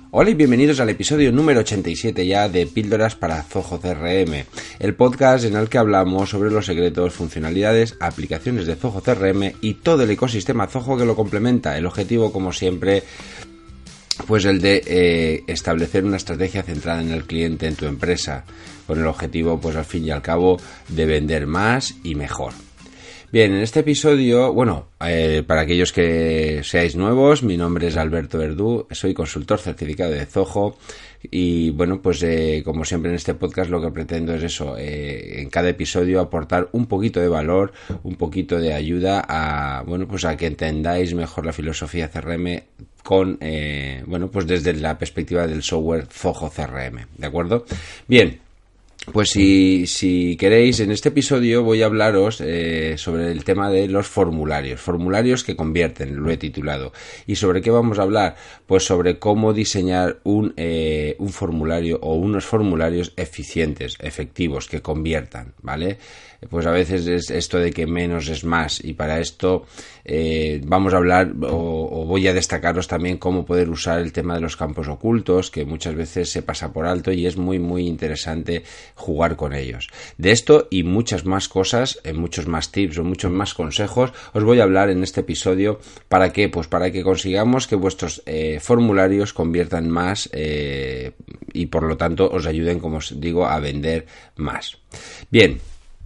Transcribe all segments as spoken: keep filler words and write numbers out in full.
Hola y bienvenidos al episodio número ochenta y siete ya de Píldoras para Zoho C R M, el podcast en el que hablamos sobre los secretos, funcionalidades, aplicaciones de Zoho C R M y todo el ecosistema Zoho que lo complementa. El objetivo, como siempre, pues el de eh, establecer una estrategia centrada en el cliente, en tu empresa, con el objetivo, pues al fin y al cabo, de vender más y mejor. Bien, en este episodio, bueno, eh, para aquellos que seáis nuevos, mi nombre es Alberto Verdú, soy consultor certificado de Zoho y bueno, pues eh, como siempre en este podcast lo que pretendo es eso, eh, en cada episodio aportar un poquito de valor, un poquito de ayuda a, bueno, pues a que entendáis mejor la filosofía C R M con, eh, bueno, pues desde la perspectiva del software Zoho C R M, ¿de acuerdo? Bien. Pues si, si queréis, en este episodio voy a hablaros eh, sobre el tema de los formularios, formularios que convierten, lo he titulado. ¿Y sobre qué vamos a hablar? Pues sobre cómo diseñar un, eh, un formulario o unos formularios eficientes, efectivos, que conviertan, ¿vale? Pues a veces es esto de que menos es más y para esto eh, vamos a hablar o, o voy a destacaros también cómo poder usar el tema de los campos ocultos, que muchas veces se pasa por alto y es muy muy interesante jugar con ellos. De esto y muchas más cosas, eh, muchos más tips o muchos más consejos os voy a hablar en este episodio. ¿Para qué? Pues para que consigamos que vuestros eh, formularios conviertan más eh, y por lo tanto os ayuden, como os digo, a vender más. Bien.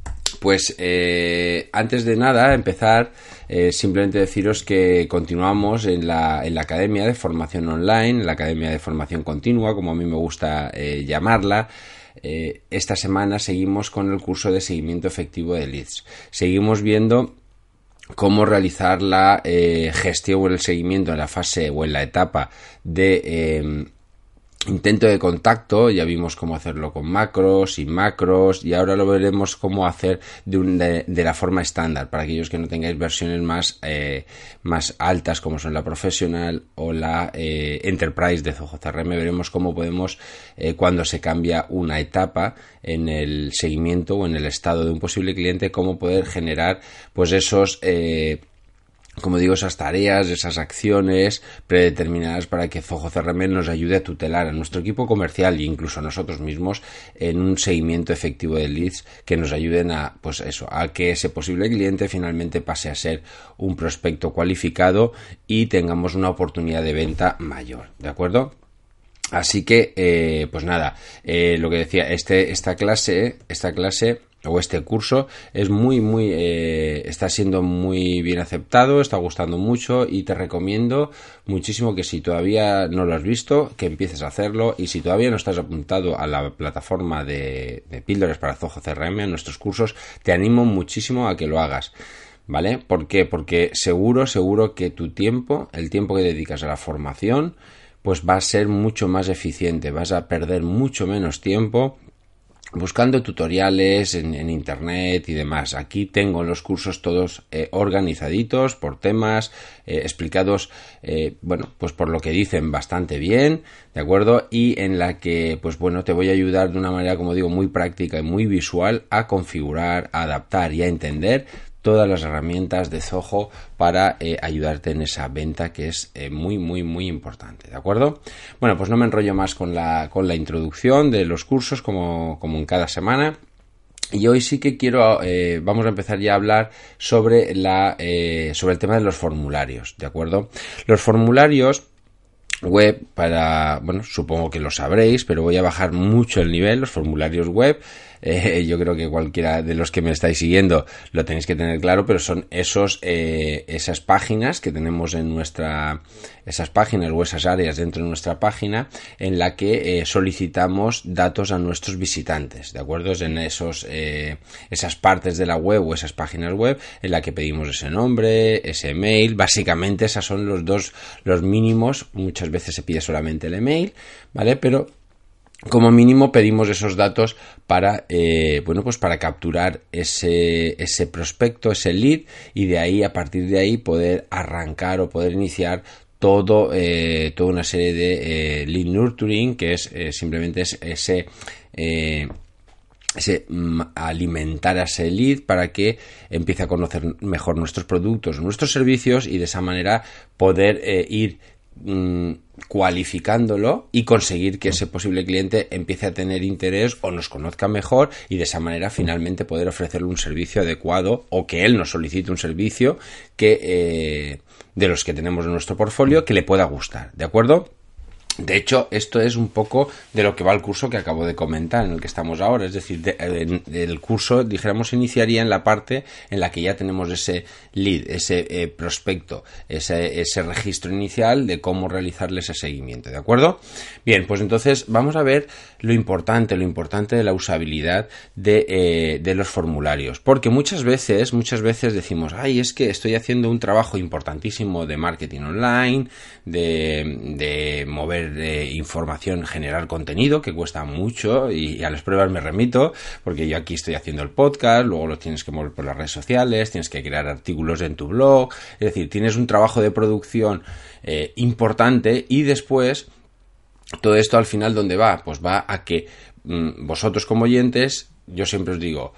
Pues eh, antes de nada empezar, eh, simplemente deciros que continuamos en la, en la Academia de Formación Online, la Academia de Formación Continua, como a mí me gusta eh, llamarla. Eh, esta semana seguimos con el curso de seguimiento efectivo de leads. Seguimos viendo cómo realizar la eh, gestión o el seguimiento en la fase o en la etapa de eh, intento de contacto. Ya vimos cómo hacerlo con macros, sin macros, y ahora lo veremos cómo hacer de, un, de, de la forma estándar para aquellos que no tengáis versiones más, eh, más altas como son la profesional o la eh, enterprise de Zoho C R M. Veremos cómo podemos, eh, cuando se cambia una etapa en el seguimiento o en el estado de un posible cliente, cómo poder generar pues esos eh, como digo, esas tareas, esas acciones predeterminadas para que Zoho C R M nos ayude a tutelar a nuestro equipo comercial e incluso a nosotros mismos en un seguimiento efectivo de leads que nos ayuden a, pues eso, a que ese posible cliente finalmente pase a ser un prospecto cualificado y tengamos una oportunidad de venta mayor, ¿de acuerdo? Así que, eh, pues nada, eh, lo que decía, este, esta clase, esta clase o este curso es muy muy eh, está siendo muy bien aceptado, está gustando mucho y te recomiendo muchísimo que si todavía no lo has visto, que empieces a hacerlo, y si todavía no estás apuntado a la plataforma de, de Píldoras para Zoho C R M, a nuestros cursos, te animo muchísimo a que lo hagas, ¿vale? ¿Por qué? Porque seguro, seguro que tu tiempo, el tiempo que dedicas a la formación, pues va a ser mucho más eficiente, vas a perder mucho menos tiempo buscando tutoriales en, en internet y demás. Aquí tengo los cursos todos eh, organizaditos por temas, eh, explicados, eh, bueno, pues por lo que dicen bastante bien, ¿de acuerdo? Y en la que, pues bueno, te voy a ayudar de una manera, como digo, muy práctica y muy visual a configurar, a adaptar y a entender todas las herramientas de Zoho para eh, ayudarte en esa venta que es eh, muy muy muy importante, ¿de acuerdo? Bueno, pues no me enrollo más con la con la introducción de los cursos como, como en cada semana. Y hoy sí que quiero, eh, vamos a empezar ya a hablar sobre la eh, sobre el tema de los formularios, ¿de acuerdo? Los formularios web, para, bueno, supongo que lo sabréis, pero voy a bajar mucho el nivel. Los formularios web, eh, yo creo que cualquiera de los que me estáis siguiendo lo tenéis que tener claro, pero son esos eh, esas páginas que tenemos en nuestra, esas páginas o esas áreas dentro de nuestra página en la que eh, solicitamos datos a nuestros visitantes, ¿de acuerdo? Es en esos eh, esas partes de la web o esas páginas web en la que pedimos ese nombre, ese email. Básicamente esas son los dos, los mínimos. Muchas veces se pide solamente el email, ¿vale? Pero como mínimo pedimos esos datos para, eh, bueno, pues para capturar ese, ese prospecto, ese lead, y de ahí, a partir de ahí, poder arrancar o poder iniciar todo, eh, toda una serie de eh, lead nurturing, que es eh, simplemente es ese, eh, ese alimentar a ese lead para que empiece a conocer mejor nuestros productos, nuestros servicios, y de esa manera poder eh, ir mmm, cualificándolo y conseguir que ese posible cliente empiece a tener interés o nos conozca mejor y de esa manera finalmente poder ofrecerle un servicio adecuado o que él nos solicite un servicio que eh, de los que tenemos en nuestro portfolio que le pueda gustar, ¿de acuerdo? De hecho, esto es un poco de lo que va el curso que acabo de comentar, en el que estamos ahora. Es decir, de, de, el curso, dijéramos, iniciaría en la parte en la que ya tenemos ese lead, ese eh, prospecto, ese, ese registro inicial de cómo realizarle ese seguimiento, ¿de acuerdo? Bien, pues entonces vamos a ver lo importante, lo importante de la usabilidad de, eh, de los formularios. Porque muchas veces, muchas veces decimos, ay, es que estoy haciendo un trabajo importantísimo de marketing online, de, de mover de información, generar contenido que cuesta mucho y a las pruebas me remito porque yo aquí estoy haciendo el podcast, luego lo tienes que mover por las redes sociales, tienes que crear artículos en tu blog, es decir, tienes un trabajo de producción eh, importante y después todo esto al final ¿dónde va? Pues va a que mmm, vosotros como oyentes, yo siempre os digo,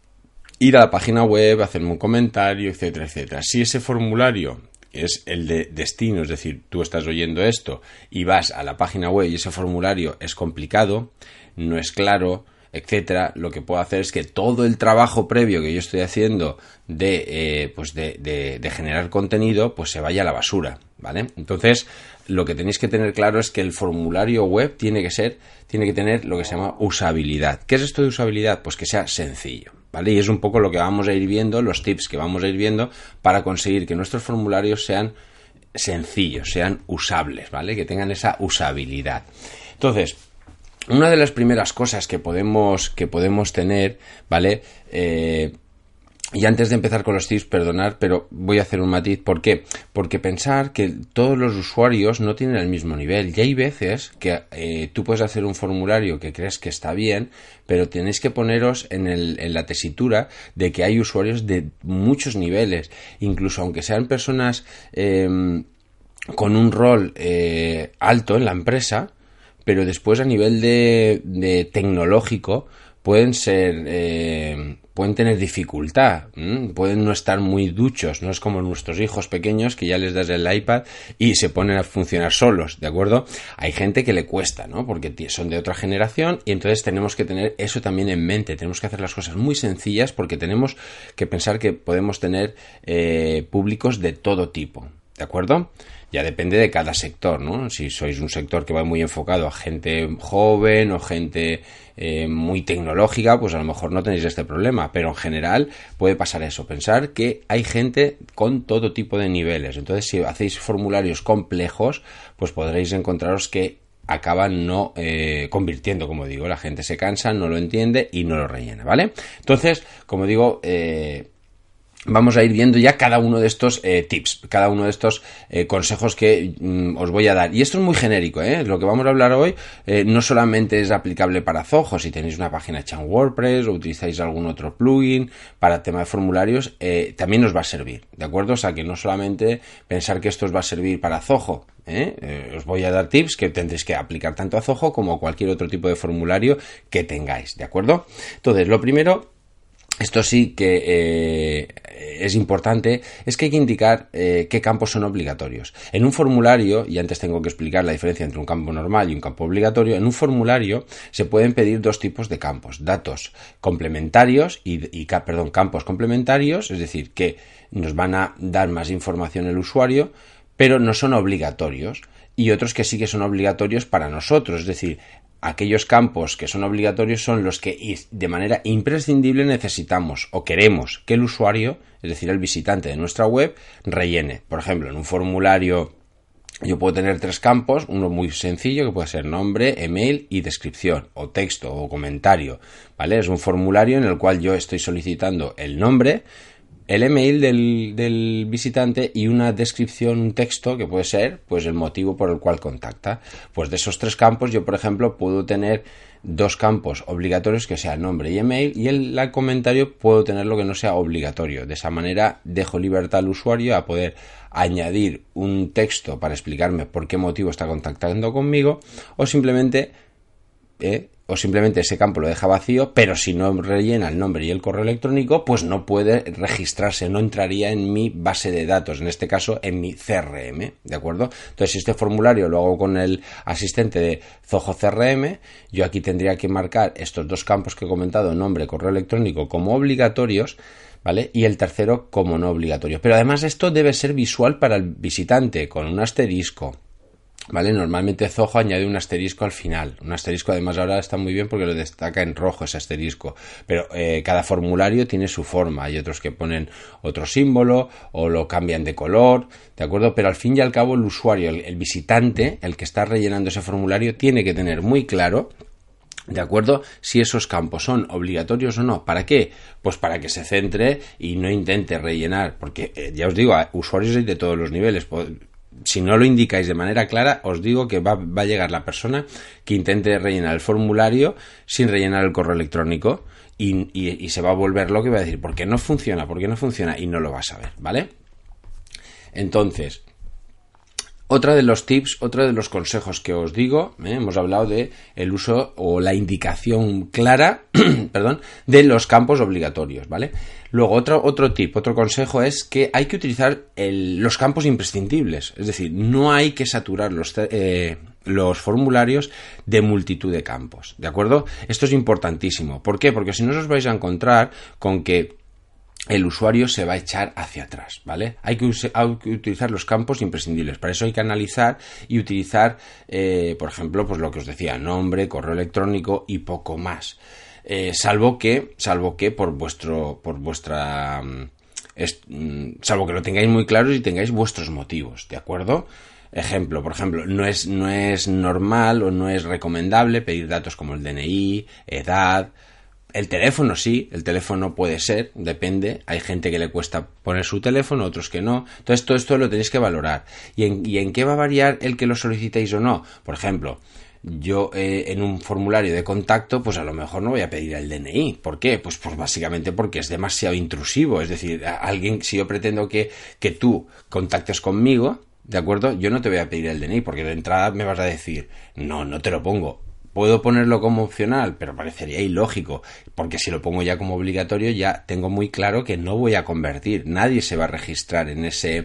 ir a la página web, hacerme un comentario, etcétera, etcétera. Si ese formulario es el de destino, es decir, tú estás oyendo esto y vas a la página web y ese formulario es complicado, no es claro, etcétera, lo que puedo hacer es que todo el trabajo previo que yo estoy haciendo de, eh, pues de, de, de generar contenido, pues se vaya a la basura, ¿vale? Entonces, lo que tenéis que tener claro es que el formulario web tiene que ser, tiene que tener lo que se llama usabilidad. ¿Qué es esto de usabilidad? Pues que sea sencillo, ¿vale? Y es un poco lo que vamos a ir viendo, los tips que vamos a ir viendo para conseguir que nuestros formularios sean sencillos, sean usables, ¿vale? Que tengan esa usabilidad. Entonces, una de las primeras cosas que podemos, que podemos tener, ¿vale? Eh, Y antes de empezar con los tips, perdonad, pero voy a hacer un matiz. ¿Por qué? Porque pensar que todos los usuarios no tienen el mismo nivel. Y hay veces que eh, tú puedes hacer un formulario que crees que está bien, pero tenéis que poneros en, el, en la tesitura de que hay usuarios de muchos niveles. Incluso aunque sean personas eh, con un rol eh, alto en la empresa, pero después a nivel de, de tecnológico pueden ser... Eh, pueden tener dificultad, ¿m? Pueden no estar muy duchos, no es como nuestros hijos pequeños que ya les das el iPad y se ponen a funcionar solos, ¿de acuerdo? Hay gente que le cuesta, ¿no? Porque son de otra generación y entonces tenemos que tener eso también en mente, tenemos que hacer las cosas muy sencillas porque tenemos que pensar que podemos tener eh, públicos de todo tipo, ¿de acuerdo? Ya depende de cada sector, ¿no? Si sois un sector que va muy enfocado a gente joven o gente eh, muy tecnológica, pues a lo mejor no tenéis este problema, pero en general puede pasar eso, pensar que hay gente con todo tipo de niveles. Entonces, si hacéis formularios complejos, pues podréis encontraros que acaban no eh, convirtiendo, como digo, la gente se cansa, no lo entiende y no lo rellena, ¿vale? Entonces, como digo, eh, vamos a ir viendo ya cada uno de estos eh, tips, cada uno de estos eh, consejos que mm, os voy a dar. Y esto es muy genérico, ¿eh? Lo que vamos a hablar hoy eh, no solamente es aplicable para Zoho. Si tenéis una página hecha en WordPress o utilizáis algún otro plugin para tema de formularios, eh, también os va a servir, ¿de acuerdo? O sea, que no solamente pensar que esto os va a servir para Zoho. ¿Eh? Eh, os voy a dar tips que tendréis que aplicar tanto a Zoho como a cualquier otro tipo de formulario que tengáis, ¿de acuerdo? Entonces, lo primero... Esto sí que eh, es importante, es que hay que indicar eh, qué campos son obligatorios. En un formulario, y antes tengo que explicar la diferencia entre un campo normal y un campo obligatorio, en un formulario se pueden pedir dos tipos de campos, datos complementarios y, y perdón, campos complementarios, es decir, que nos van a dar más información el usuario, pero no son obligatorios, y otros que sí que son obligatorios para nosotros, es decir, aquellos campos que son obligatorios son los que de manera imprescindible necesitamos o queremos que el usuario, es decir, el visitante de nuestra web, rellene. Por ejemplo, en un formulario yo puedo tener tres campos, uno muy sencillo que puede ser nombre, email y descripción, o texto o comentario, ¿vale? Es un formulario en el cual yo estoy solicitando el nombre, el email del, del visitante y una descripción, un texto que puede ser pues el motivo por el cual contacta. Pues de esos tres campos yo, por ejemplo, puedo tener dos campos obligatorios que sean nombre y email, y el, el comentario puedo tener lo que no sea obligatorio. De esa manera dejo libertad al usuario a poder añadir un texto para explicarme por qué motivo está contactando conmigo, o simplemente eh, o simplemente ese campo lo deja vacío, pero si no rellena el nombre y el correo electrónico, pues no puede registrarse, no entraría en mi base de datos, en este caso en mi C R M, ¿de acuerdo? Entonces, si este formulario lo hago con el asistente de Zoho C R M, yo aquí tendría que marcar estos dos campos que he comentado, nombre, correo electrónico, como obligatorios, ¿vale? Y el tercero como no obligatorio. Pero además esto debe ser visual para el visitante, con un asterisco, ¿vale? Normalmente Zoho añade un asterisco al final. Un asterisco además ahora está muy bien porque lo destaca en rojo ese asterisco. Pero eh, cada formulario tiene su forma. Hay otros que ponen otro símbolo o lo cambian de color, ¿de acuerdo? Pero al fin y al cabo el usuario, el, el visitante, el que está rellenando ese formulario, tiene que tener muy claro, ¿de acuerdo?, si esos campos son obligatorios o no. ¿Para qué? Pues para que se centre y no intente rellenar. Porque eh, ya os digo, usuarios hay de todos los niveles. Si no lo indicáis de manera clara, os digo que va, va a llegar la persona que intente rellenar el formulario sin rellenar el correo electrónico y, y, y se va a volver loco y va a decir, ¿por qué no funciona? ¿Por qué no funciona? Y no lo vas a ver, ¿vale? Entonces, otra de los tips, otro de los consejos que os digo, ¿eh? hemos hablado de el uso o la indicación clara, perdón, de los campos obligatorios, ¿vale? Luego, otro, otro tip, otro consejo es que hay que utilizar el, los campos imprescindibles, es decir, no hay que saturar los, eh, los formularios de multitud de campos, ¿de acuerdo? Esto es importantísimo. ¿Por qué? Porque si no os vais a encontrar con que el usuario se va a echar hacia atrás, ¿vale? Hay que, use, hay que utilizar los campos imprescindibles. Para eso hay que analizar y utilizar, eh, por ejemplo, pues lo que os decía, nombre, correo electrónico y poco más. Eh, salvo que, salvo que por vuestro, por vuestra, es, salvo que lo tengáis muy claro y tengáis vuestros motivos, ¿de acuerdo? Ejemplo, por ejemplo, no es, no es normal o no es recomendable pedir datos como el D N I, edad. El teléfono sí, el teléfono puede ser, depende, hay gente que le cuesta poner su teléfono, otros que no, entonces todo esto lo tenéis que valorar. ¿Y en, y en qué va a variar el que lo solicitéis o no? Por ejemplo, yo eh, en un formulario de contacto, pues a lo mejor no voy a pedir el D N I. ¿Por qué? Pues, pues básicamente porque es demasiado intrusivo, es decir, a alguien, si yo pretendo que, que tú contactes conmigo, ¿de acuerdo? Yo no te voy a pedir el D N I porque de entrada me vas a decir, no, no te lo pongo. Puedo ponerlo como opcional, pero parecería ilógico, porque si lo pongo ya como obligatorio ya tengo muy claro que no voy a convertir, nadie se va a registrar en ese,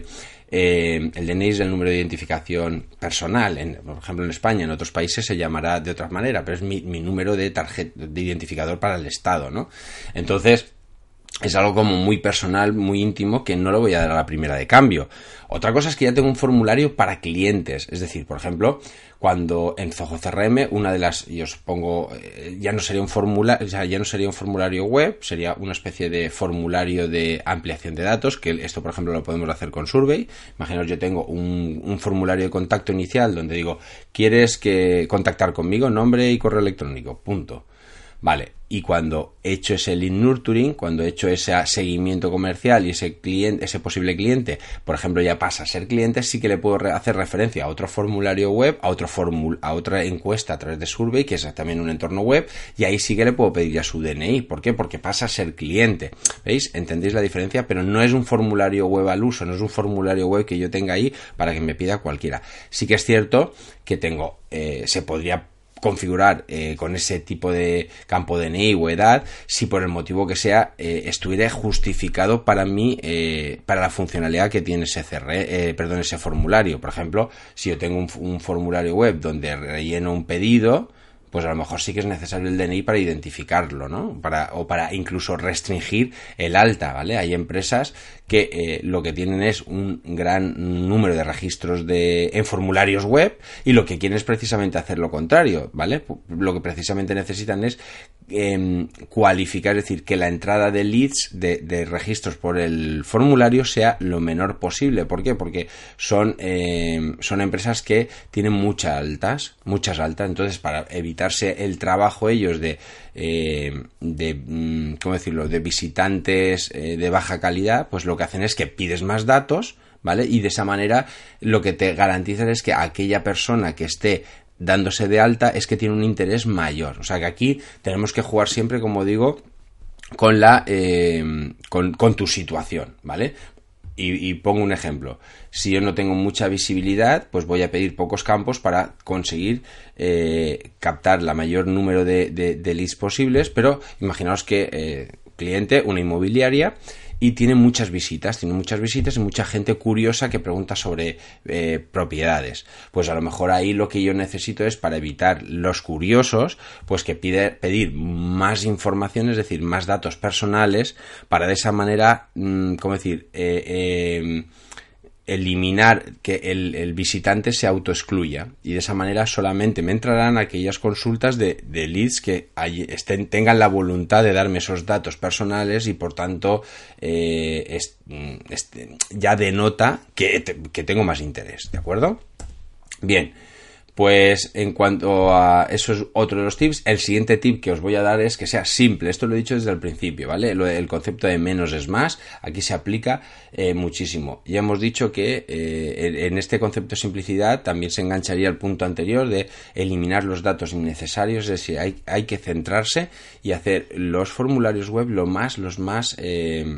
eh, el D N I es el número de identificación personal, en, por ejemplo en España, en otros países se llamará de otra manera, pero es mi, mi número de tarjeta, de identificador para el Estado, ¿no? Entonces, es algo como muy personal, muy íntimo, que no lo voy a dar a la primera de cambio. Otra cosa es que ya tengo un formulario para clientes, es decir, por ejemplo, cuando en Zoho C R M una de las, y os pongo, eh, ya no sería un formulario, o sea, ya no sería un formulario web, sería una especie de formulario de ampliación de datos, que esto por ejemplo lo podemos hacer con Survey. Imaginaos, yo tengo un, un formulario de contacto inicial donde digo, ¿quieres que contactar conmigo? Nombre y correo electrónico, punto. Vale, y cuando he hecho ese lead nurturing, cuando he hecho ese seguimiento comercial y ese cliente, ese posible cliente, por ejemplo, ya pasa a ser cliente, sí que le puedo re- hacer referencia a otro formulario web, a otro formul- a otra encuesta a través de Survey, que es también un entorno web, y ahí sí que le puedo pedir ya su D N I. ¿Por qué? Porque pasa a ser cliente. ¿Veis? ¿Entendéis la diferencia? Pero no es un formulario web al uso, no es un formulario web que yo tenga ahí para que me pida cualquiera. Sí que es cierto que tengo, eh, se podría configurar eh, con ese tipo de campo de D N I o edad, si por el motivo que sea eh, estuviera justificado para mí, eh, para la funcionalidad que tiene ese C R, eh, perdón, ese formulario. Por ejemplo, si yo tengo un, un formulario web donde relleno un pedido, pues a lo mejor sí que es necesario el D N I para identificarlo, ¿no? Para, o para incluso restringir el alta, ¿vale? Hay empresas que eh, lo que tienen es un gran número de registros de, en formularios web, y lo que quieren es precisamente hacer lo contrario, ¿vale? Lo que precisamente necesitan es eh, cualificar, es decir, que la entrada de leads, de, de registros por el formulario sea lo menor posible. ¿Por qué? Porque son, eh, son empresas que tienen muchas altas, muchas altas, entonces para evitarse el trabajo ellos de, eh, de ¿cómo decirlo?, de visitantes eh, de baja calidad, pues lo que hacen es que pides más datos, ¿vale? Y de esa manera lo que te garantizan es que aquella persona que esté dándose de alta es que tiene un interés mayor. O sea que aquí tenemos que jugar siempre, como digo, con la eh, con, con tu situación, ¿vale? Y, y pongo un ejemplo. Si yo no tengo mucha visibilidad, pues voy a pedir pocos campos para conseguir eh, captar la mayor número de, de, de leads posibles, pero imaginaos que eh, cliente, una inmobiliaria, y tiene muchas visitas, tiene muchas visitas y mucha gente curiosa que pregunta sobre eh, propiedades. Pues a lo mejor ahí lo que yo necesito es, para evitar los curiosos, pues que pide, pedir más información, es decir, más datos personales, para de esa manera, mmm, ¿cómo decir?, eh, eh, eliminar que el, el visitante se autoexcluya, y de esa manera solamente me entrarán aquellas consultas de, de leads que hay, estén, tengan la voluntad de darme esos datos personales, y por tanto eh, es, es, ya denota que, te, que tengo más interés, ¿de acuerdo? Bien. Pues en cuanto a eso, es otro de los tips. El siguiente tip que os voy a dar es que sea simple. Esto lo he dicho desde el principio, ¿vale? El concepto de menos es más, aquí se aplica eh, muchísimo. Ya hemos dicho que eh, en este concepto de simplicidad también se engancharía el punto anterior de eliminar los datos innecesarios. Es decir, hay, hay que centrarse y hacer los formularios web lo más, los más... Eh,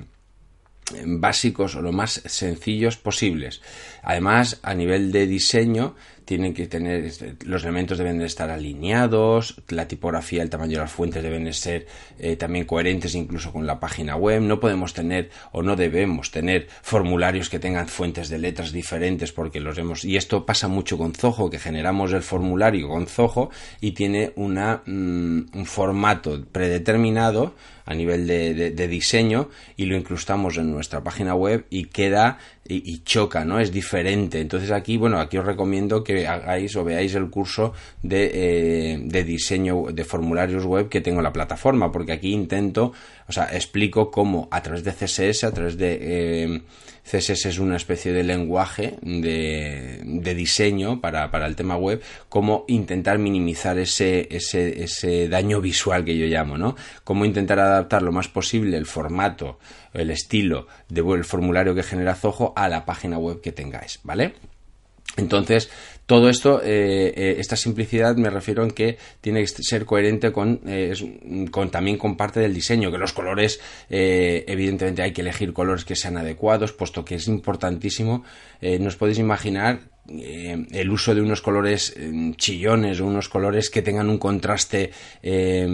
básicos o lo más sencillos posibles. Además, a nivel de diseño, tienen que tener, los elementos deben de estar alineados, la tipografía, el tamaño de las fuentes deben de ser eh, también coherentes incluso con la página web. No podemos tener o no debemos tener formularios que tengan fuentes de letras diferentes, porque los hemos, y esto pasa mucho con Zoho, que generamos el formulario con Zoho y tiene una mmm, un formato predeterminado a nivel de, de, de diseño, y lo incrustamos en nuestra página web y queda y, y choca, ¿no? Es diferente. Entonces aquí, bueno, aquí os recomiendo que hagáis o veáis el curso de, eh, de diseño de formularios web que tengo en la plataforma, porque aquí intento, o sea, explico cómo a través de C S S, a través de eh, C S S es una especie de lenguaje de, de diseño para, para el tema web, cómo intentar minimizar ese, ese, ese daño visual que yo llamo, ¿no? Cómo intentar adaptar lo más posible el formato, el estilo del formulario que genera Zoho a la página web que tengáis, ¿vale? Entonces, todo esto, eh, eh, esta simplicidad me refiero en que tiene que ser coherente con, eh, con también con parte del diseño, que los colores, eh, evidentemente hay que elegir colores que sean adecuados, puesto que es importantísimo. Eh, no os podéis imaginar eh, el uso de unos colores eh, chillones o unos colores que tengan un contraste eh,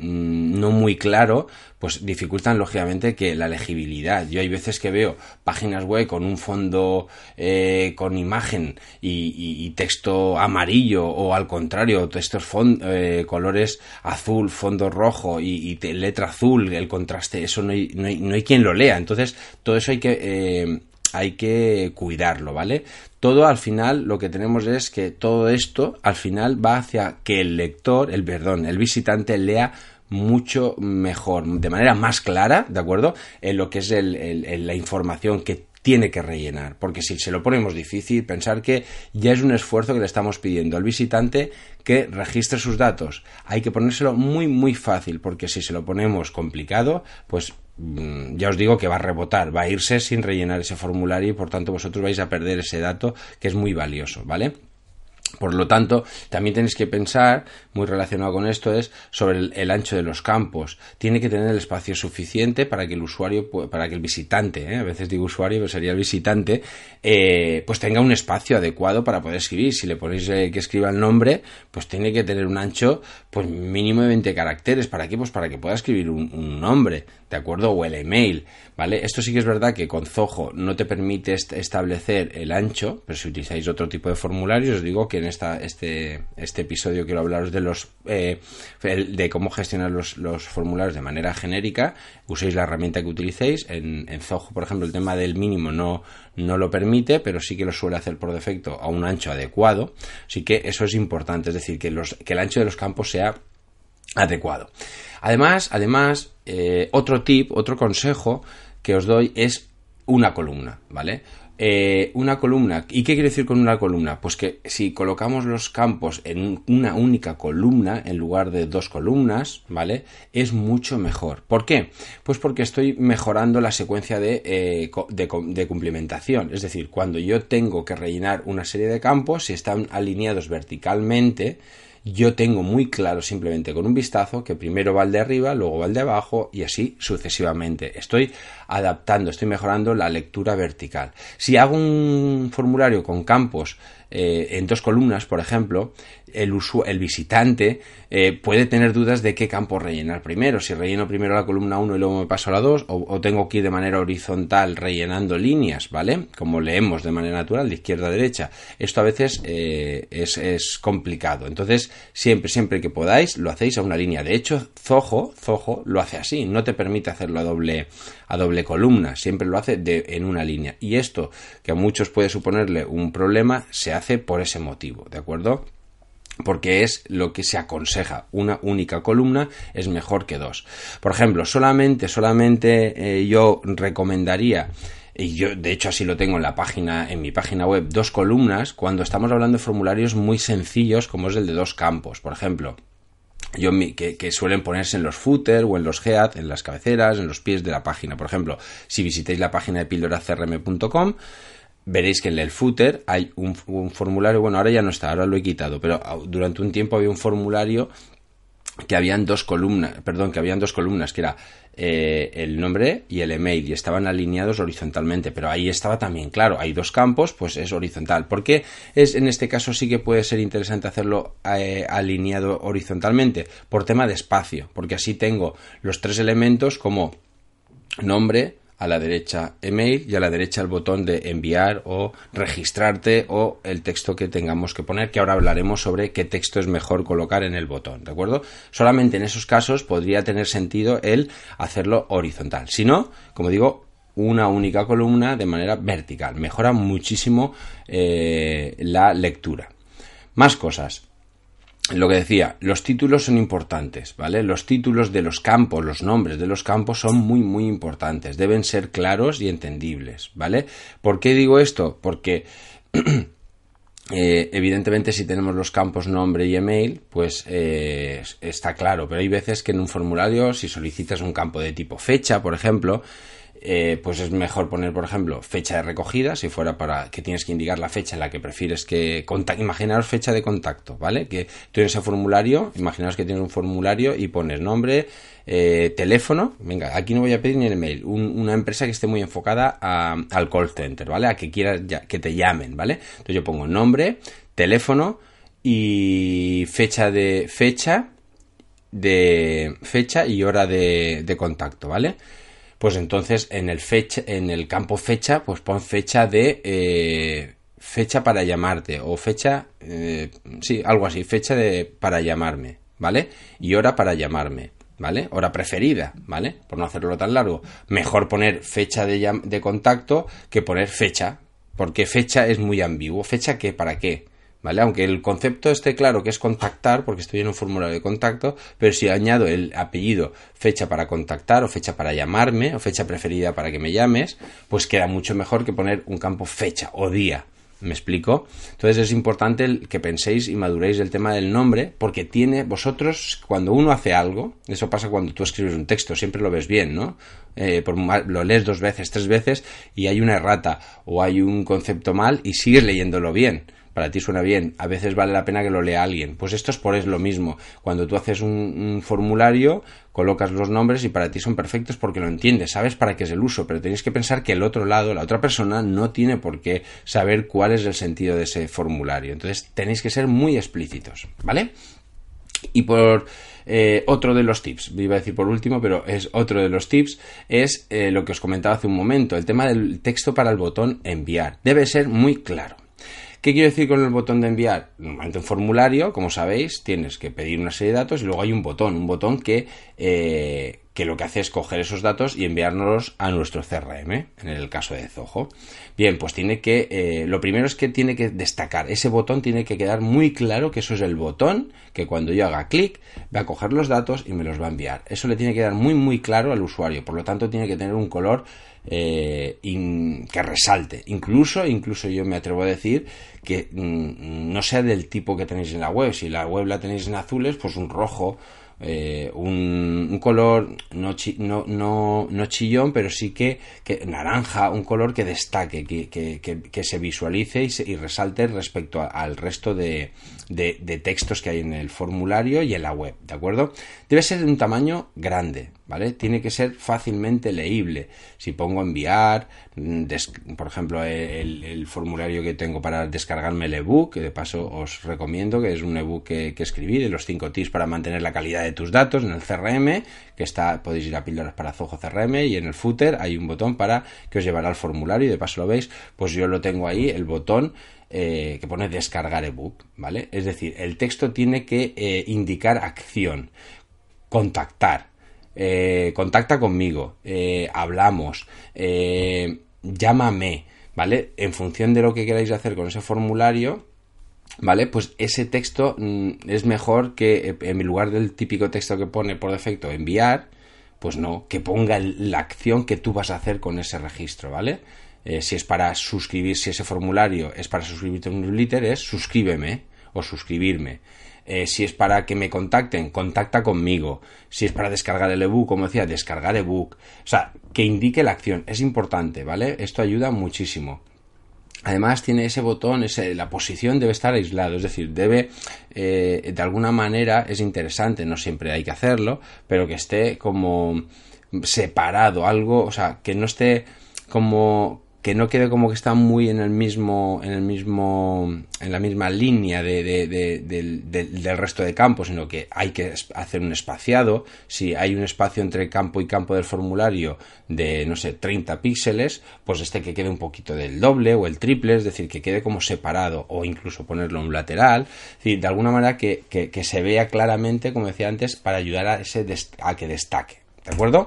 no muy claro, pues dificultan lógicamente que la legibilidad. Yo hay veces que veo páginas web con un fondo eh, con imagen y, y, y texto amarillo, o al contrario, textos fond, eh, colores azul, fondo rojo y, y te, letra azul, el contraste, eso no hay, no hay, no hay quien lo lea. Entonces todo eso hay que eh, hay que cuidarlo, ¿vale? Todo al final lo que tenemos es que todo esto al final va hacia que el lector, el perdón, el visitante lea mucho mejor, de manera más clara, ¿de acuerdo?, en lo que es el, el, el, la información que tiene que rellenar, porque si se lo ponemos difícil, pensar que ya es un esfuerzo que le estamos pidiendo al visitante que registre sus datos. Hay que ponérselo muy muy fácil, porque si se lo ponemos complicado, pues mmm, ya os digo que va a rebotar, va a irse sin rellenar ese formulario, y por tanto vosotros vais a perder ese dato que es muy valioso, ¿vale? Por lo tanto, también tenéis que pensar, muy relacionado con esto, es sobre el, el ancho de los campos. Tiene que tener el espacio suficiente para que el usuario, para que el visitante, ¿eh? a veces digo usuario, pero sería el visitante, eh, pues tenga un espacio adecuado para poder escribir. Si le ponéis eh, que escriba el nombre, pues tiene que tener un ancho pues mínimo de veinte caracteres. ¿Para qué? Pues para que pueda escribir un, un nombre, ¿de acuerdo? O el email, ¿vale? Esto sí que es verdad que con Zoho no te permite est- establecer el ancho, pero si utilizáis otro tipo de formularios, os digo que en esta, este, este episodio quiero hablaros de los eh, de cómo gestionar los, los formularios de manera genérica. Uséis la herramienta que utilicéis. En, en Zoho, por ejemplo, el tema del mínimo no, no lo permite, pero sí que lo suele hacer por defecto a un ancho adecuado. Así que eso es importante, es decir, que, los, que el ancho de los campos sea adecuado. Además, además eh, otro tip, otro consejo que os doy es una columna, ¿vale? Eh, una columna. ¿Y qué quiere decir con una columna? Pues que si colocamos los campos en una única columna en lugar de dos columnas, ¿vale?, es mucho mejor. ¿Por qué? Pues porque estoy mejorando la secuencia de, eh, de, de cumplimentación. Es decir, cuando yo tengo que rellenar una serie de campos, si están alineados verticalmente, yo tengo muy claro simplemente con un vistazo que primero va el de arriba, luego va el de abajo y así sucesivamente. Estoy adaptando, estoy mejorando la lectura vertical. Si hago un formulario con campos eh, en dos columnas, por ejemplo, el, usu- el visitante eh, puede tener dudas de qué campo rellenar primero, si relleno primero la columna uno y luego me paso a la dos, o, o tengo que ir de manera horizontal rellenando líneas, ¿vale? Como leemos de manera natural, de izquierda a derecha. Esto a veces eh, es, es complicado. Entonces, siempre, siempre que podáis, lo hacéis a una línea. De hecho, Zoho, Zoho lo hace así, no te permite hacerlo a doble, a doble columna, siempre lo hace de, en una línea. Y esto, que a muchos puede suponerle un problema, se hace por ese motivo, ¿de acuerdo? Porque es lo que se aconseja. Una única columna es mejor que dos. Por ejemplo, solamente, solamente eh, yo recomendaría, y yo de hecho así lo tengo en la página, en mi página web, dos columnas cuando estamos hablando de formularios muy sencillos como es el de dos campos. Por ejemplo, yo que, que suelen ponerse en los footer o en los head, en las cabeceras, en los pies de la página. Por ejemplo, si visitáis la página de píldora c r m punto com, veréis que en el footer hay un, un formulario, bueno, ahora ya no está, ahora lo he quitado, pero durante un tiempo había un formulario que habían dos columnas, perdón, que habían dos columnas, que era eh, el nombre y el email, y estaban alineados horizontalmente, pero ahí estaba también claro, hay dos campos, pues es horizontal. ¿Por qué es, en este caso sí que puede ser interesante hacerlo eh, alineado horizontalmente? Por tema de espacio, porque así tengo los tres elementos como nombre, a la derecha email y a la derecha el botón de enviar o registrarte o el texto que tengamos que poner, que ahora hablaremos sobre qué texto es mejor colocar en el botón, ¿de acuerdo? Solamente en esos casos podría tener sentido el hacerlo horizontal. Si no, como digo, una única columna de manera vertical. Mejora muchísimo eh, la lectura. Más cosas. Lo que decía, los títulos son importantes, ¿vale? Los títulos de los campos, los nombres de los campos son muy, muy importantes. Deben ser claros y entendibles, ¿vale? ¿Por qué digo esto? Porque eh, evidentemente si tenemos los campos nombre y email, pues eh, está claro. Pero hay veces que en un formulario, si solicitas un campo de tipo fecha, por ejemplo, Eh, pues es mejor poner, por ejemplo, fecha de recogida, si fuera para que tienes que indicar la fecha en la que prefieres que contacte. Imaginaros fecha de contacto, ¿vale? Que tú en ese formulario, imaginaos que tienes un formulario y pones nombre, eh, teléfono, venga, aquí no voy a pedir ni el email, un, una empresa que esté muy enfocada a, al call center, ¿vale? A que quieras ya, que te llamen, ¿vale? Entonces yo pongo nombre, teléfono y fecha de fecha de fecha y hora de, de contacto, ¿vale? Pues entonces en el fecha, en el campo fecha, pues pon fecha de eh, fecha para llamarte o fecha, eh, sí, algo así, fecha de para llamarme, ¿vale? Y hora para llamarme, ¿vale? Hora preferida, ¿vale? Por no hacerlo tan largo. Mejor poner fecha de, llam- de contacto que poner fecha, porque fecha es muy ambiguo. ¿Fecha qué? ¿Para qué? ¿Vale? Aunque el concepto esté claro que es contactar, porque estoy en un formulario de contacto, pero si añado el apellido fecha para contactar o fecha para llamarme o fecha preferida para que me llames, pues queda mucho mejor que poner un campo fecha o día. ¿Me explico? Entonces es importante el que penséis y maduréis el tema del nombre, porque tiene, vosotros, cuando uno hace algo, eso pasa cuando tú escribes un texto, siempre lo ves bien, ¿no? Eh, por, lo lees dos veces, tres veces y hay una errata o hay un concepto mal y sigues leyéndolo bien. Para ti suena bien, a veces vale la pena que lo lea alguien. Pues esto es por es lo mismo. Cuando tú haces un, un formulario, colocas los nombres y para ti son perfectos porque lo entiendes, sabes para qué es el uso, pero tenéis que pensar que el otro lado, la otra persona, no tiene por qué saber cuál es el sentido de ese formulario. Entonces tenéis que ser muy explícitos, ¿vale? Y por eh, otro de los tips, iba a decir por último, pero es otro de los tips, es eh, lo que os comentaba hace un momento, el tema del texto para el botón enviar. Debe ser muy claro. ¿Qué quiero decir con el botón de enviar? Normalmente un formulario, como sabéis, tienes que pedir una serie de datos y luego hay un botón, un botón que, eh, que lo que hace es coger esos datos y enviárnoslos a nuestro C R M, en el caso de Zoho. Bien, pues tiene que, eh, lo primero es que tiene que destacar, ese botón tiene que quedar muy claro que eso es el botón, que cuando yo haga clic va a coger los datos y me los va a enviar. Eso le tiene que dar muy muy claro al usuario, por lo tanto tiene que tener un color Eh, in, que resalte, incluso incluso yo me atrevo a decir que mm, no sea del tipo que tenéis en la web. Si la web la tenéis en azules, pues un rojo eh, un, un color no, chi, no, no, no chillón, pero sí que, que naranja, un color que destaque, que, que, que, que se visualice y, se, y resalte respecto a, al resto de, de, de textos que hay en el formulario y en la web, ¿de acuerdo? Debe ser de un tamaño grande, ¿vale? Tiene que ser fácilmente leíble. Si pongo enviar, des, por ejemplo, el, el formulario que tengo para descargarme el ebook, que de paso os recomiendo, que es un ebook que, que escribí, de los cinco tips para mantener la calidad de tus datos en el C R M, que está, podéis ir a Píldoras para Zoho C R M y en el footer hay un botón para que os llevará al formulario y de paso lo veis, pues yo lo tengo ahí, el botón eh, que pone descargar ebook, ¿vale? Es decir, el texto tiene que eh, indicar acción, contactar, eh, contacta conmigo, eh, hablamos, eh, llámame, ¿vale? En función de lo que queráis hacer con ese formulario, ¿vale? Pues ese texto mmm, es mejor que en lugar del típico texto que pone por defecto enviar, pues no, que ponga la acción que tú vas a hacer con ese registro, ¿vale? Eh, si es para suscribir, si ese formulario es para suscribirte a un newsletter, es suscríbeme o suscribirme. Eh, si es para que me contacten, contacta conmigo. Si es para descargar el ebook, como decía, descargar ebook. O sea, que indique la acción. Es importante, ¿vale? Esto ayuda muchísimo. Además tiene ese botón, ese, la posición debe estar aislado, es decir, debe, eh, de alguna manera, es interesante, no siempre hay que hacerlo, pero que esté como separado, algo, o sea, que no esté como, que no quede como que está muy en el mismo, en el mismo, en la misma línea de, de, de, de, de, del resto de campos, sino que hay que hacer un espaciado. Si hay un espacio entre campo y campo del formulario de, no sé, treinta píxeles, pues este que quede un poquito del doble o el triple, es decir, que quede como separado, o incluso ponerlo en un lateral, es decir, de alguna manera que, que, que se vea claramente, como decía antes, para ayudar a, ese dest- a que destaque, ¿de acuerdo?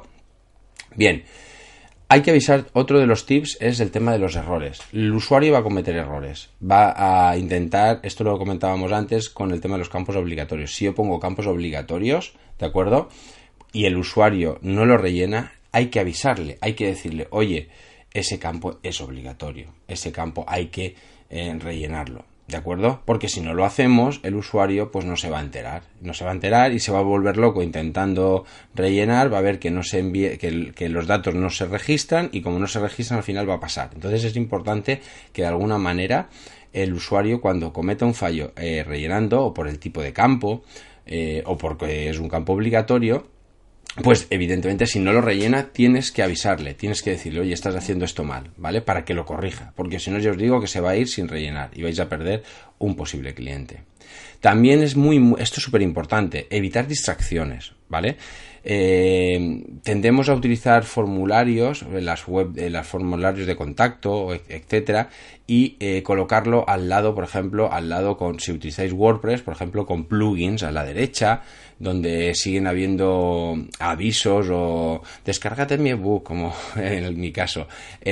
Bien. Hay que avisar, otro de los tips es el tema de los errores. El usuario va a cometer errores. Va a intentar, esto lo comentábamos antes con el tema de los campos obligatorios. Si yo pongo campos obligatorios, ¿de acuerdo? Y el usuario no lo rellena, hay que avisarle, hay que decirle, oye, ese campo es obligatorio, ese campo hay que eh, rellenarlo. ¿De acuerdo? Porque si no lo hacemos, el usuario pues no se va a enterar. No se va a enterar y se va a volver loco intentando rellenar, va a ver que no se envíe, que, el, que los datos no se registran y como no se registran al final va a pasar. Entonces es importante que de alguna manera el usuario cuando cometa un fallo eh, rellenando o por el tipo de campo eh, o porque es un campo obligatorio, pues evidentemente si no lo rellena tienes que avisarle, tienes que decirle, oye, estás haciendo esto mal, ¿vale? Para que lo corrija, porque si no yo os digo que se va a ir sin rellenar y vais a perder un posible cliente. También es muy, muy esto es súper importante, evitar distracciones, ¿vale? Eh, tendemos a utilizar formularios, en las web, en los formularios de contacto, etcétera, y eh, colocarlo al lado, por ejemplo, al lado con, si utilizáis WordPress, por ejemplo, con plugins a la derecha, donde siguen habiendo avisos o descárgate mi ebook, como en mi caso.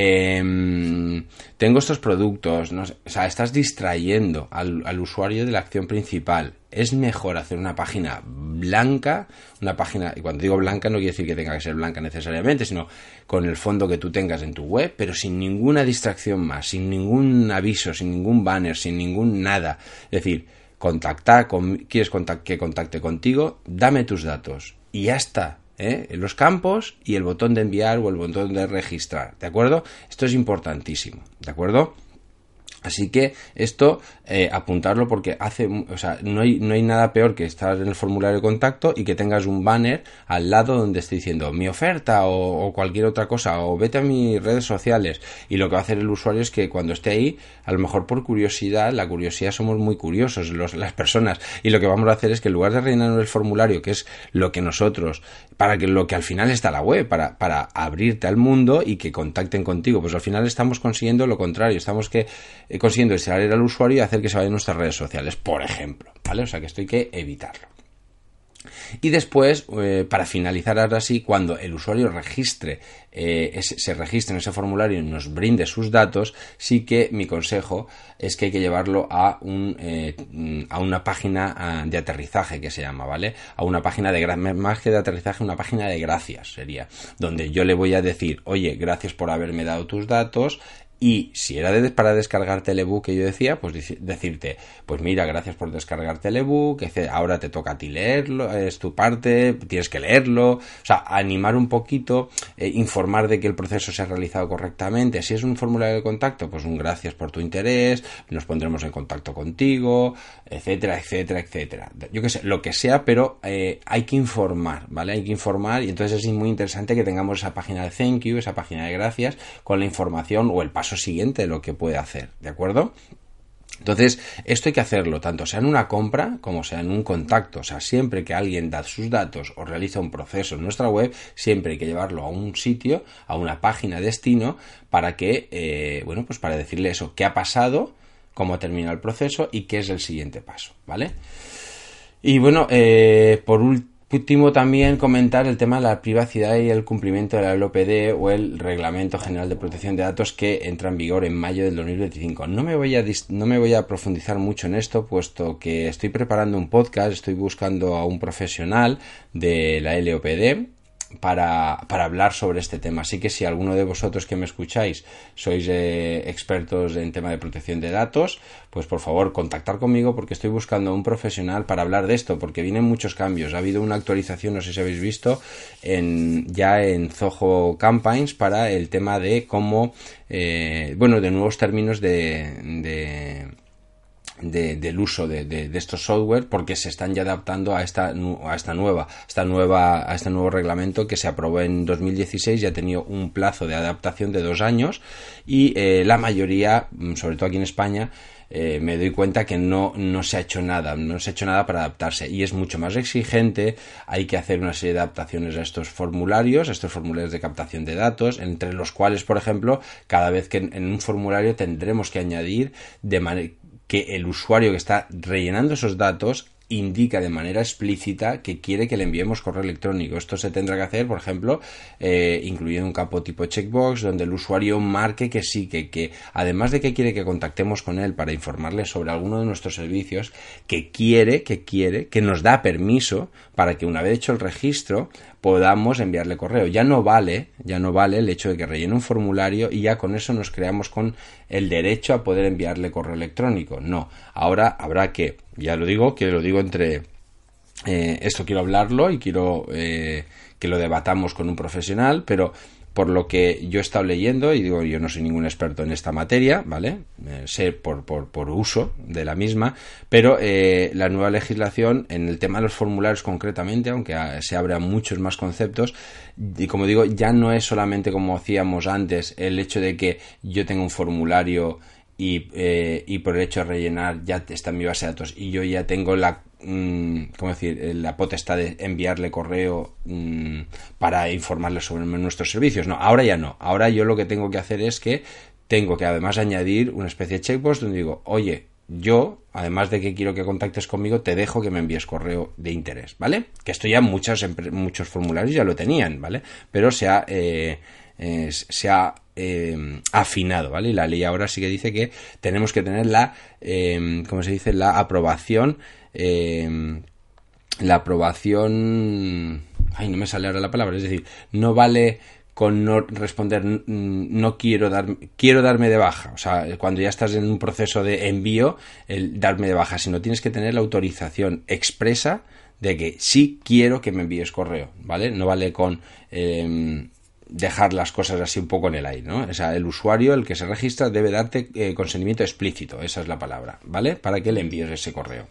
Eh, tengo estos productos, no sé, o sea, estás distrayendo al, al usuario de la acción principal. Es mejor hacer una página blanca, una página, y cuando digo blanca no quiere decir que tenga que ser blanca necesariamente, sino con el fondo que tú tengas en tu web, pero sin ninguna distracción más, sin ningún aviso, sin ningún banner, sin ningún nada. Es decir, contactar, con, quieres contact, que contacte contigo, dame tus datos y ya está. ¿eh? Los campos y el botón de enviar o el botón de registrar, ¿de acuerdo? Esto es importantísimo, ¿de acuerdo? Así que esto eh, apuntarlo porque hace, o sea, no hay, no hay nada peor que estar en el formulario de contacto y que tengas un banner al lado donde esté diciendo mi oferta o, o cualquier otra cosa o vete a mis redes sociales y lo que va a hacer el usuario es que cuando esté ahí, a lo mejor por curiosidad, la curiosidad somos muy curiosos los, las personas y lo que vamos a hacer es que en lugar de rellenar el formulario, que es lo que nosotros, para que lo que al final está la web, para, para abrirte al mundo y que contacten contigo, pues al final estamos consiguiendo lo contrario, estamos que consiguiendo distraer al usuario y hacer que se vaya a nuestras redes sociales, por ejemplo, ¿vale? O sea que esto hay que evitarlo. Y después, eh, para finalizar ahora sí, cuando el usuario registre, eh, ese, se registre en ese formulario y nos brinde sus datos, sí que mi consejo es que hay que llevarlo a un eh, a una página de aterrizaje que se llama, ¿vale? A una página de, más que de aterrizaje, una página de gracias sería, donde yo le voy a decir, oye, gracias por haberme dado tus datos, Y si era de, para descargarte el ebook que yo decía, pues decirte, pues mira, gracias por descargarte el ebook, ahora te toca a ti leerlo, es tu parte, tienes que leerlo, o sea, animar un poquito, eh, informar de que el proceso se ha realizado correctamente. Si es un formulario de contacto, pues un gracias por tu interés, nos pondremos en contacto contigo, etcétera, etcétera, etcétera. Yo qué sé, lo que sea, pero eh, hay que informar, ¿vale? Hay que informar y entonces es muy interesante que tengamos esa página de thank you, esa página de gracias, con la información o el paso siguiente de lo que puede hacer, ¿de acuerdo? Entonces, esto hay que hacerlo, tanto sea en una compra como sea en un contacto. O sea, siempre que alguien da sus datos o realiza un proceso en nuestra web, siempre hay que llevarlo a un sitio, a una página destino, para que, eh, bueno, pues para decirle eso, qué ha pasado, cómo termina el proceso y qué es el siguiente paso, ¿vale? Y bueno, eh, por último, último también comentar el tema de la privacidad y el cumplimiento de la L O P D o el Reglamento General de Protección de Datos que entra en vigor en mayo del dos mil veinticinco. No me voy a dis- no me voy a profundizar mucho en esto, puesto que estoy preparando un podcast, estoy buscando a un profesional de la L O P D para, para hablar sobre este tema. Así que si alguno de vosotros que me escucháis sois eh, expertos en tema de protección de datos, pues por favor contactar conmigo, porque estoy buscando a un profesional para hablar de esto, porque vienen muchos cambios. Ha habido una actualización, no sé si habéis visto, en, ya en Zoho Campaigns para el tema de cómo, eh, bueno, de nuevos términos de... de De, del uso de, de, de estos software, porque se están ya adaptando a esta a esta nueva esta nueva a este nuevo reglamento que se aprobó en dos mil dieciséis. Ya ha tenido un plazo de adaptación de dos años y eh, la mayoría, sobre todo aquí en España, eh, me doy cuenta que no no se ha hecho nada no se ha hecho nada para adaptarse, y es mucho más exigente. Hay que hacer una serie de adaptaciones a estos formularios, a estos formularios de captación de datos, entre los cuales, por ejemplo, cada vez que en, en un formulario tendremos que añadir de manera que el usuario que está rellenando esos datos indica de manera explícita que quiere que le enviemos correo electrónico. Esto se tendrá que hacer, por ejemplo, eh, incluyendo un campo tipo checkbox, donde el usuario marque que sí, que, que además de que quiere que contactemos con él para informarle sobre alguno de nuestros servicios, que quiere, que quiere, que nos da permiso para que una vez hecho el registro podamos enviarle correo. Ya no vale, ya no vale el hecho de que rellene un formulario y ya con eso nos creamos con el derecho a poder enviarle correo electrónico. No, ahora habrá que, ya lo digo, que lo digo entre eh, esto quiero hablarlo y quiero eh, que lo debatamos con un profesional, pero por lo que yo he estado leyendo, y digo, yo no soy ningún experto en esta materia, ¿vale? Eh, sé por, por, por uso de la misma, pero eh, la nueva legislación en el tema de los formularios concretamente, aunque se abre a muchos más conceptos, y como digo, ya no es solamente como hacíamos antes, el hecho de que yo tenga un formulario y, eh, y por el hecho de rellenar ya está en mi base de datos y yo ya tengo la ¿cómo decir? la potestad de enviarle correo mmm, para informarle sobre nuestros servicios. No, ahora ya no. Ahora yo lo que tengo que hacer es que tengo que además añadir una especie de checkbox donde digo, oye, yo, además de que quiero que contactes conmigo, te dejo que me envíes correo de interés, ¿vale? Que esto ya muchos, muchos formularios ya lo tenían, ¿vale? Pero se ha, eh, eh, se ha eh, afinado, ¿vale? Y la ley ahora sí que dice que tenemos que tener la, eh, ¿cómo se dice? La aprobación Eh, la aprobación ay no me sale ahora la palabra, es decir, no vale con no responder no quiero dar quiero darme de baja, o sea, cuando ya estás en un proceso de envío, el darme de baja, sino tienes que tener la autorización expresa de que sí quiero que me envíes correo, ¿vale? No vale con eh, dejar las cosas así un poco en el aire, ¿no? O sea, el usuario, el que se registra, debe darte eh, consentimiento explícito, esa es la palabra, ¿vale? Para que le envíes ese correo.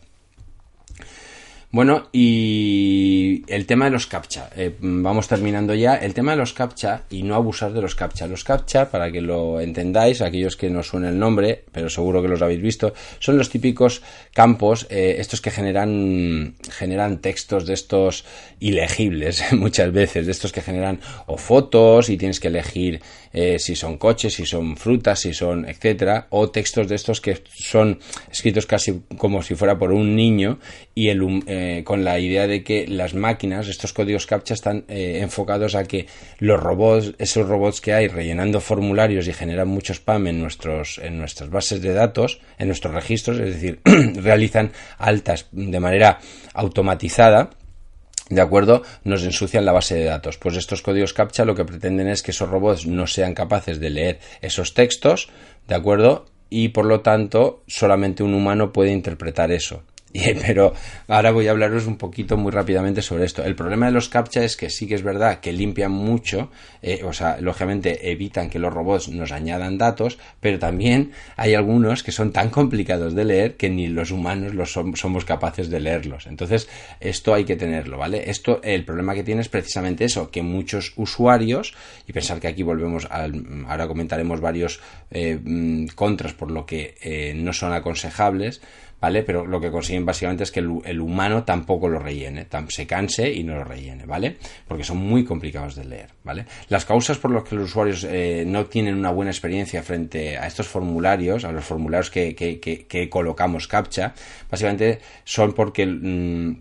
Bueno, y el tema de los captcha, eh, vamos terminando ya. El tema de los captcha y no abusar de los captcha. Los captcha, para que lo entendáis, aquellos que no suene el nombre, pero seguro que los habéis visto, son los típicos campos, eh, estos que generan generan textos de estos ilegibles muchas veces, de estos que generan o fotos y tienes que elegir eh, si son coches, si son frutas, si son etcétera, o textos de estos que son escritos casi como si fuera por un niño y el eh, con la idea de que las máquinas, estos códigos captcha están eh, enfocados a que los robots, esos robots que hay rellenando formularios y generan mucho spam en nuestros en nuestras bases de datos, en nuestros registros, es decir, realizan altas de manera automatizada ¿de acuerdo? Nos ensucian la base de datos. Pues estos códigos CAPTCHA lo que pretenden es que esos robots no sean capaces de leer esos textos, ¿de acuerdo? Y por lo tanto solamente un humano puede interpretar eso. Pero ahora voy a hablaros un poquito muy rápidamente sobre esto. El problema de los CAPTCHA es que sí que es verdad que limpian mucho, eh, o sea, lógicamente evitan que los robots nos añadan datos, pero también hay algunos que son tan complicados de leer que ni los humanos los som- somos capaces de leerlos. Entonces, esto hay que tenerlo, ¿vale? Esto, el problema que tiene es precisamente eso, que muchos usuarios, y pensar que aquí volvemos al, ahora comentaremos varios eh, contras por lo que eh, no son aconsejables, ¿vale? Pero lo que consiguen básicamente es que el, el humano tampoco lo rellene, tam, se canse y no lo rellene, ¿vale? Porque son muy complicados de leer, ¿vale? Las causas por las que los usuarios eh, no tienen una buena experiencia frente a estos formularios, a los formularios que, que, que, que colocamos CAPTCHA, básicamente son porque mmm,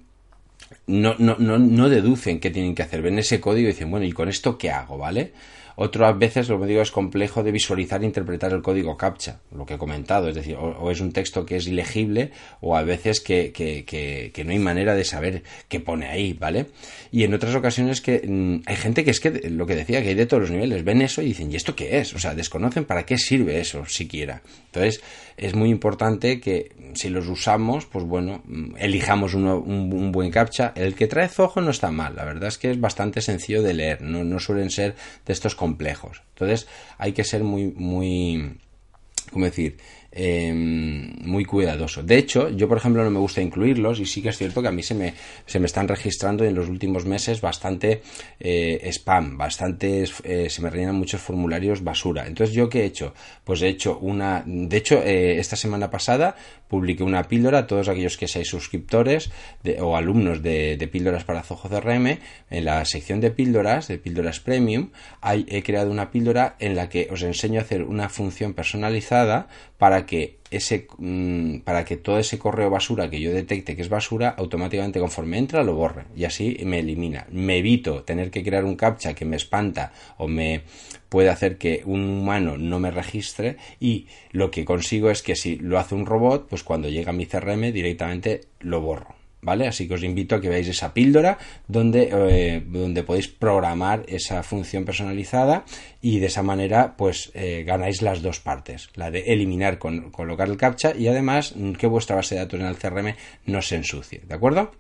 no, no, no, no deducen qué tienen que hacer, ven ese código y dicen, bueno, ¿y con esto qué hago, ¿vale? Otras veces, lo que digo, es complejo de visualizar e interpretar el código CAPTCHA, lo que he comentado, es decir, o, o es un texto que es ilegible o a veces que, que, que, que no hay manera de saber qué pone ahí, ¿vale? Y en otras ocasiones que mmm, hay gente que es que, lo que decía, que hay de todos los niveles, ven eso y dicen, ¿y esto qué es? O sea, desconocen para qué sirve eso siquiera. Entonces, es muy importante que si los usamos, pues bueno, elijamos uno, un, un buen CAPTCHA. El que trae Zoho no está mal, la verdad es que es bastante sencillo de leer, no, no suelen ser de estos complejos. Entonces hay que ser muy, muy, ¿cómo decir? Eh, muy cuidadoso. De hecho, yo por ejemplo no me gusta incluirlos y sí que es cierto que a mí se me, se me están registrando en los últimos meses bastante eh, spam, bastante, eh, se me rellenan muchos formularios basura. Entonces, ¿yo qué he hecho? Pues he hecho una, de hecho, eh, esta semana pasada publiqué una píldora a todos aquellos que seáis suscriptores de, o alumnos de, de píldoras para Zoho C R M. En la sección de píldoras, de píldoras premium, hay, he creado una píldora en la que os enseño a hacer una función personalizada para que ese para que todo ese correo basura que yo detecte que es basura, automáticamente conforme entra lo borre y así me elimina. Me evito tener que crear un CAPTCHA que me espanta o me puede hacer que un humano no me registre, y lo que consigo es que si lo hace un robot, pues cuando llega a mi C R M directamente lo borro, ¿vale? Así que os invito a que veáis esa píldora donde, eh, donde podéis programar esa función personalizada y de esa manera pues eh, ganáis las dos partes, la de eliminar, con, colocar el CAPTCHA y además que vuestra base de datos en el C R M no se ensucie, ¿de acuerdo?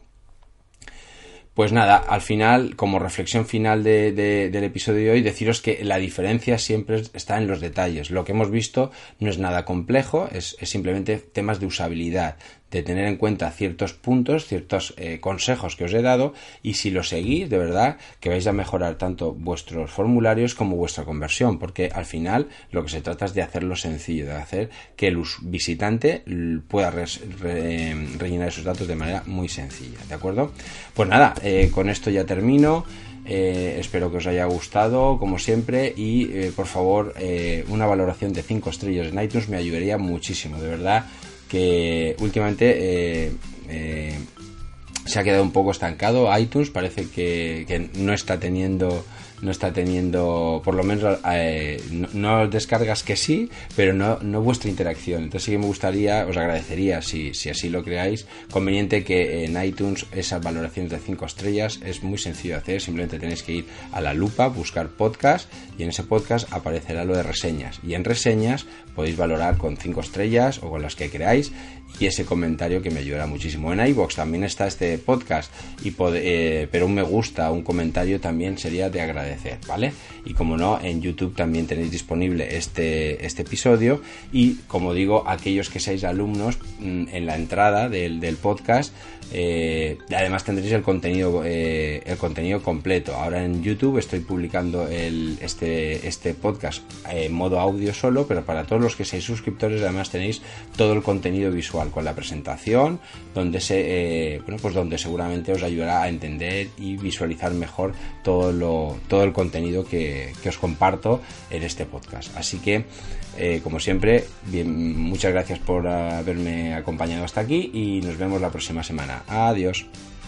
Pues nada, al final, como reflexión final de, de, del episodio de hoy, deciros que la diferencia siempre está en los detalles. Lo que hemos visto no es nada complejo, es, es simplemente temas de usabilidad, de tener en cuenta ciertos puntos, ciertos eh, consejos que os he dado, y si lo seguís, de verdad, que vais a mejorar tanto vuestros formularios como vuestra conversión, porque al final lo que se trata es de hacerlo sencillo, de hacer que el visitante pueda re, re, rellenar esos datos de manera muy sencilla, ¿de acuerdo? Pues nada, eh, con esto ya termino. Eh, espero que os haya gustado como siempre y eh, por favor eh, una valoración de cinco estrellas en iTunes me ayudaría muchísimo, de verdad que últimamente eh, eh, se ha quedado un poco estancado iTunes, parece que, que no está teniendo no está teniendo, por lo menos eh, no, no descargas que sí, pero no, no vuestra interacción. Entonces sí que me gustaría, os agradecería, si, si así lo creáis, conveniente que en iTunes esas valoraciones de cinco estrellas es muy sencillo de hacer, simplemente tenéis que ir a la lupa, buscar podcast y en ese podcast aparecerá lo de reseñas, y en reseñas podéis valorar con cinco estrellas o con las que queráis, y ese comentario que me ayudará muchísimo. En iVoox también está este podcast, y pod- eh, pero un me gusta, un comentario también sería de agradecer, ¿vale? Y como no, en YouTube también tenéis disponible este, este episodio, y como digo, aquellos que seáis alumnos, en la entrada del, del podcast eh, además tendréis el contenido eh, el contenido completo. Ahora en YouTube estoy publicando el, este, este podcast en modo audio solo, pero para todos los que seáis suscriptores además tenéis todo el contenido visual con la presentación, donde se eh, bueno pues donde seguramente os ayudará a entender y visualizar mejor todo lo todo el contenido que, que os comparto en este podcast. Así que eh, como siempre, bien, muchas gracias por haberme acompañado hasta aquí y nos vemos la próxima semana. Adiós.